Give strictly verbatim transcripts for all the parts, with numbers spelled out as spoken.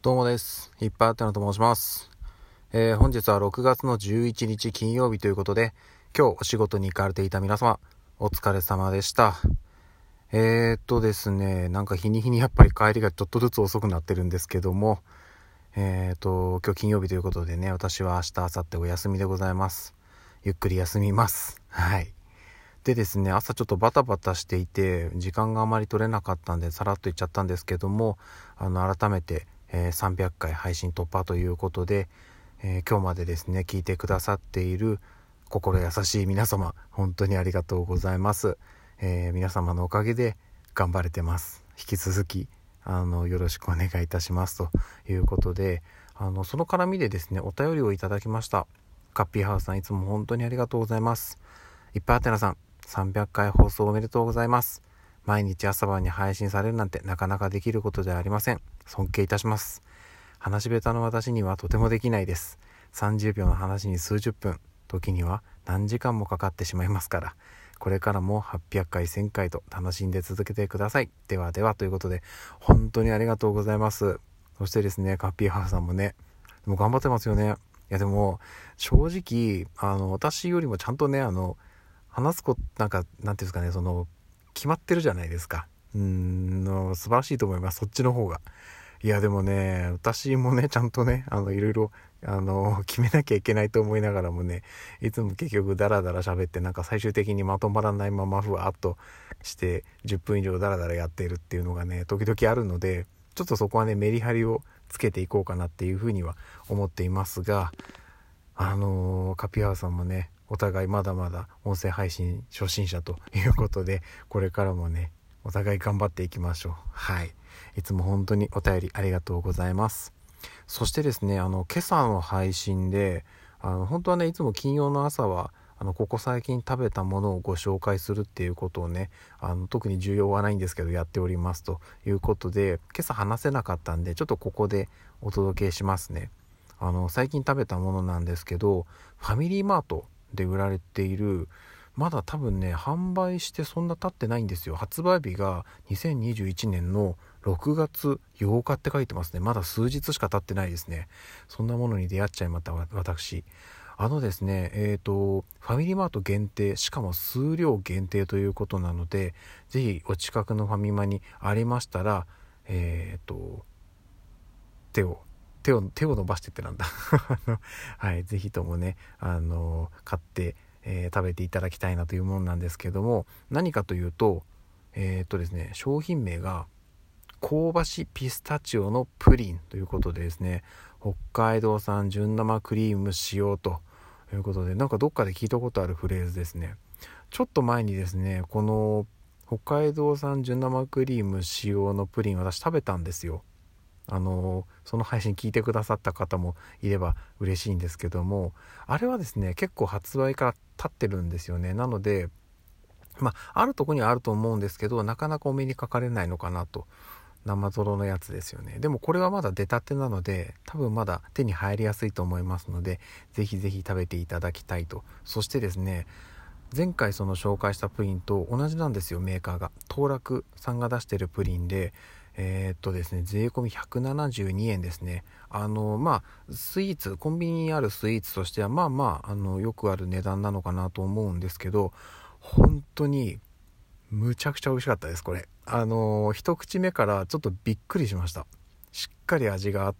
どうもです。いっぱいあったなと申します。えー、本日はろくがつのじゅういちにち金曜日ということで、今日お仕事に行かれていた皆様、お疲れ様でした。えーっとですね、なんか日に日にやっぱり帰りがちょっとずつ遅くなってるんですけども、えーっと、今日金曜日ということでね、私は明日、明後日お休みでございます。ゆっくり休みます。はい。でですね、朝ちょっとバタバタしていて、時間があまり取れなかったんで、さらっと言っちゃったんですけども、あの、改めて、えーさんびゃっかい配信突破ということで、えー今日までですね、聞いてくださっている心優しい皆様、本当にありがとうございます。えー皆様のおかげで頑張れてます。引き続き、あの、よろしくお願いいたしますということで、あの、その絡みでですね、お便りをいただきました。カッピーハウスさん、いつも本当にありがとうございます。いっぱいあてなさん、さんびゃっかい放送おめでとうございます。毎日朝晩に配信されるなんてなかなかできることではありません。尊敬いたします。話し下手の私にはとてもできないです。さんじゅうびょうの話に数十分、時には何時間もかかってしまいますから、これからもはっぴゃっかい、せんかいと楽しんで続けてください。ではではということで、本当にありがとうございます。そしてですね、カッピーハウスさんもね、でも頑張ってますよね。いやでも、正直、あの、私よりもちゃんとね、あの、話すこと、なんか、なんていうんですかね、その、決まってるじゃないですか。うーんの、素晴らしいと思います。そっちの方が。いや、でもね、私もね、ちゃんとね、あの、いろいろ、あの、決めなきゃいけないと思いながらもね、いつも結局ダラダラ喋って、なんか最終的にまとまらないままふわっとして、じゅっぷん以上ダラダラやっているっていうのがね、時々あるので、ちょっとそこはね、メリハリをつけていこうかなっていうふうには思っていますが、あのー、カピハウさんもね、お互いまだまだ音声配信初心者ということで、これからもね、お互い頑張っていきましょう。はい。いつも本当にお便りありがとうございます。そしてですね、あの、今朝の配信で、あの、本当はね、いつも金曜の朝は、あの、ここ最近食べたものをご紹介するっていうことをね、あの、特に重要はないんですけど、やっておりますということで、今朝話せなかったんで、ちょっとここでお届けしますね。あの最近食べたものなんですけど、ファミリーマートで売られている、まだ多分ね販売してそんな経ってないんですよ。発売日がにせんにじゅういちねんのろくがつようかって書いてますね。まだ数日しか経ってないですね。そんなものに出会っちゃいました私。あのですねえっとファミリーマート限定、しかも数量限定ということなので、ぜひお近くのファミマにありましたら、えっと手を手を手を伸ばしてってなんだはい、ぜひともね、あの買って、えー食べていただきたいなというものなんですけども、何かというと、えーっとですね、商品名が香ばしピスタチオのプリンということでですね、北海道産純生クリーム使用ということで、なんかどっかで聞いたことあるフレーズですね。ちょっと前にですね、この北海道産純生クリーム使用のプリン、私食べたんですよ。あのその配信聞いてくださった方もいれば嬉しいんですけども、あれはですね結構発売から経ってるんですよね。なのでまああるとこにはあると思うんですけど、なかなかお目にかかれないのかなと。生ゾのやつですよね。でもこれはまだ出たてなので、多分まだ手に入りやすいと思いますので、ぜひぜひ食べていただきたいと。そしてですね、前回その紹介したプリンと同じなんですよ。メーカーが当楽さんが出してるプリンで、えー、っとですね税込みひゃくななじゅうにえんですね。あのまあスイーツ、コンビニにあるスイーツとしてはまあまああのよくある値段なのかなと思うんですけど、本当にむちゃくちゃ美味しかったです。これあの一口目からちょっとびっくりしました。しっかり味があって、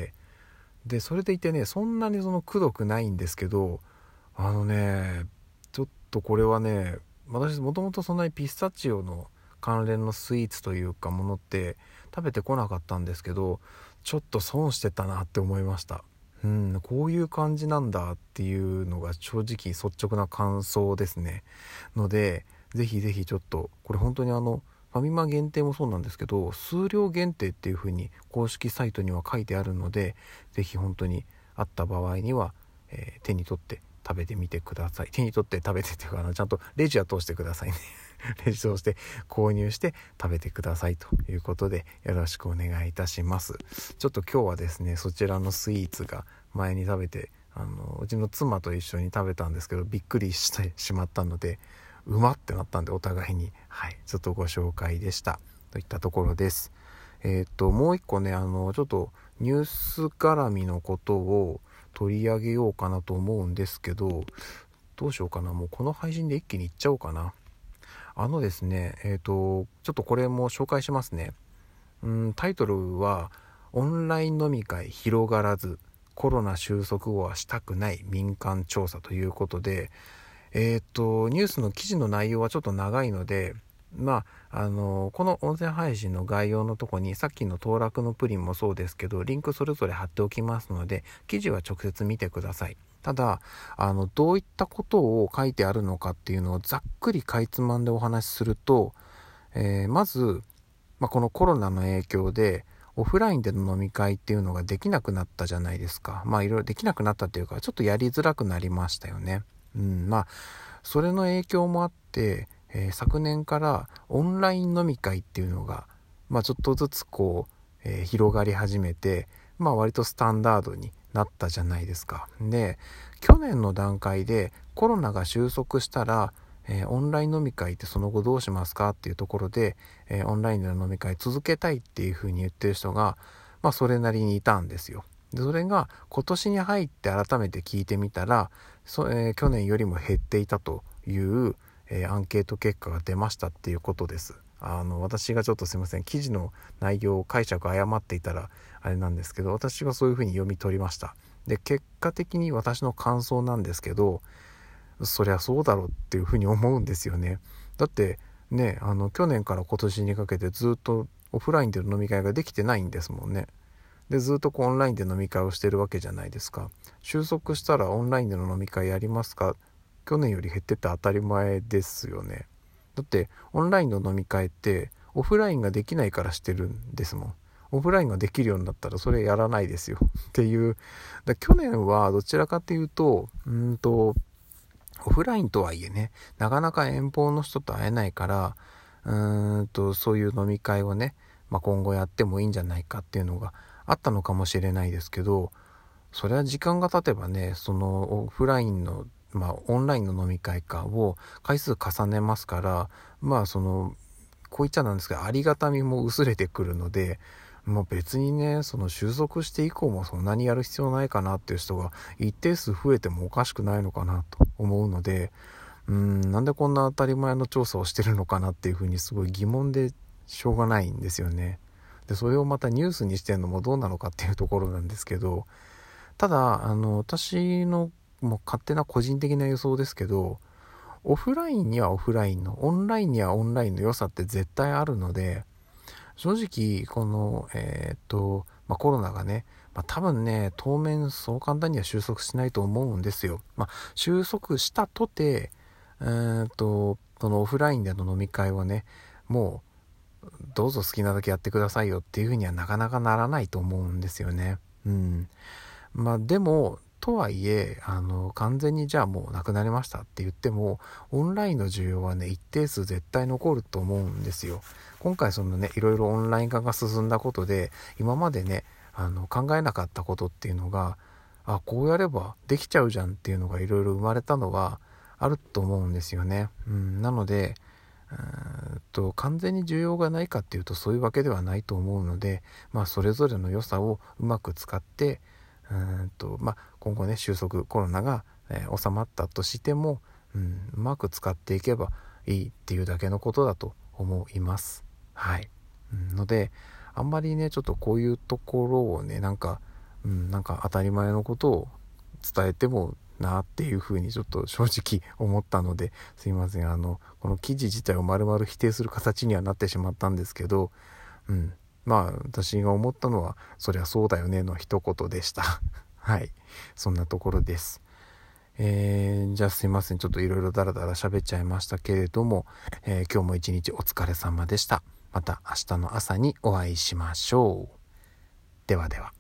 でそれでいてね、そんなにそのくどくないんですけど、あのねちょっとこれはね、私もともとそんなにピスタチオの関連のスイーツというかものって食べてこなかったんですけど、ちょっと損してたなって思いました。うん、こういう感じなんだっていうのが正直率直な感想ですね。のでぜひぜひちょっとこれ本当にあのファミマ限定もそうなんですけど、数量限定っていう風に公式サイトには書いてあるので、ぜひ本当にあった場合には、えー手に取って食べてみてください。手に取って食べてっていうか、あのちゃんとレジは通してくださいねレジ通して購入して食べてくださいということで、よろしくお願いいたします。ちょっと今日はですね、そちらのスイーツが前に食べて、あのうちの妻と一緒に食べたんですけど、びっくりしてしまったので、うまってなったんで、お互いにはいちょっとご紹介でしたといったところです。 えっと、もう一個ね、あの、ちょっとニュース絡みのことを取り上げようかなと思うんですけど、どうしようかな。もうこの配信で一気にいっちゃおうかな。あのですね、えっと、ちょっとこれも紹介しますね。うん、タイトルは、オンライン飲み会広がらず、コロナ収束後はしたくない民間調査ということで、えっと、ニュースの記事の内容はちょっと長いので、まあ、あの、この音声配信の概要のとこに、さっきの当落のプリンもそうですけど、リンクそれぞれ貼っておきますので、記事は直接見てください。ただ、あの、どういったことを書いてあるのかっていうのをざっくりかいつまんでお話しすると、えー、まず、まあ、このコロナの影響で、オフラインでの飲み会っていうのができなくなったじゃないですか。まあいろいろできなくなったっていうか、ちょっとやりづらくなりましたよね。うん、まあ、それの影響もあって、えー、昨年からオンライン飲み会っていうのが、まあちょっとずつこう、えー、広がり始めて、まあ割とスタンダードになったじゃないですか。で、去年の段階でコロナが収束したら、えー、オンライン飲み会ってその後どうしますかっていうところで、えー、オンラインでの飲み会続けたいっていうふうに言ってる人が、まあそれなりにいたんですよ。でそれが今年に入って改めて聞いてみたら、そえー、去年よりも減っていたという、えー、アンケート結果が出ましたっていうことです。あの私がちょっとすいません、記事の内容を解釈誤っていたらあれなんですけど、私がそういうふうに読み取りました。で結果的に私の感想なんですけど、そりゃそうだろうっていうふうに思うんですよね。だってね、あの去年から今年にかけてずっとオフラインでの飲み会ができてないんですもんね。でずっとこうオンラインで飲み会をしてるわけじゃないですか。収束したらオンラインでの飲み会やりますか？去年より減ってて当たり前ですよね。だってオンラインの飲み会ってオフラインができないからしてるんですもん。オフラインができるようになったらそれやらないですよっていう。だ去年はどちらかというとうーんとオフラインとはいえね、なかなか遠方の人と会えないから、うーんとそういう飲み会をね、まあ、今後やってもいいんじゃないかっていうのがあったのかもしれないですけど、それは時間が経てばね、そのオフラインの、まあ、オンラインの飲み会かを回数重ねますから、まあそのこう言っちゃなんですけど、ありがたみも薄れてくるので、もう別にね、その収束して以降もそんなにやる必要ないかなっていう人が一定数増えてもおかしくないのかなと思うので、うーん、なんでこんな当たり前の調査をしてるのかなっていうふうにすごい疑問でしょうがないんですよね。で、それをまたニュースにしてるのもどうなのかっていうところなんですけど、ただ、あの、私のもう勝手な個人的な予想ですけど、オフラインにはオフラインの、オンラインにはオンラインの良さって絶対あるので、正直、この、えーっと、まあ、コロナがね、まあ、多分ね、当面そう簡単には収束しないと思うんですよ。まあ、収束したとて、えーっと、そのオフラインでの飲み会はね、もう、どうぞ好きなだけやってくださいよっていうふうにはなかなかならないと思うんですよね。うん。まあ、でも、とはいえ、あの、完全にじゃあもうなくなりましたって言っても、オンラインの需要はね、一定数絶対残ると思うんですよ。今回そのね、いろいろオンライン化が進んだことで、今までね、あの、考えなかったことっていうのが、あ、こうやればできちゃうじゃんっていうのがいろいろ生まれたのはあると思うんですよね。うん、なので、うーんと完全に需要がないかっていうとそういうわけではないと思うので、まあそれぞれの良さをうまく使って、うーんとまあ今後ね収束コロナが、えー収まったとしても、うん、うまく使っていけばいいっていうだけのことだと思います。はい。うんのであんまりねちょっとこういうところをねなんか、うん、なんか当たり前のことを伝えてもなっていうふうにちょっと正直思ったので、すいません、あのこの記事自体を丸々否定する形にはなってしまったんですけど、うん、まあ私が思ったのはそりゃそうだよねの一言でしたはい、そんなところです。えー、じゃあすいません、ちょっといろいろダラダラ喋っちゃいましたけれども、えー今日も一日お疲れ様でした。また明日の朝にお会いしましょう。ではでは。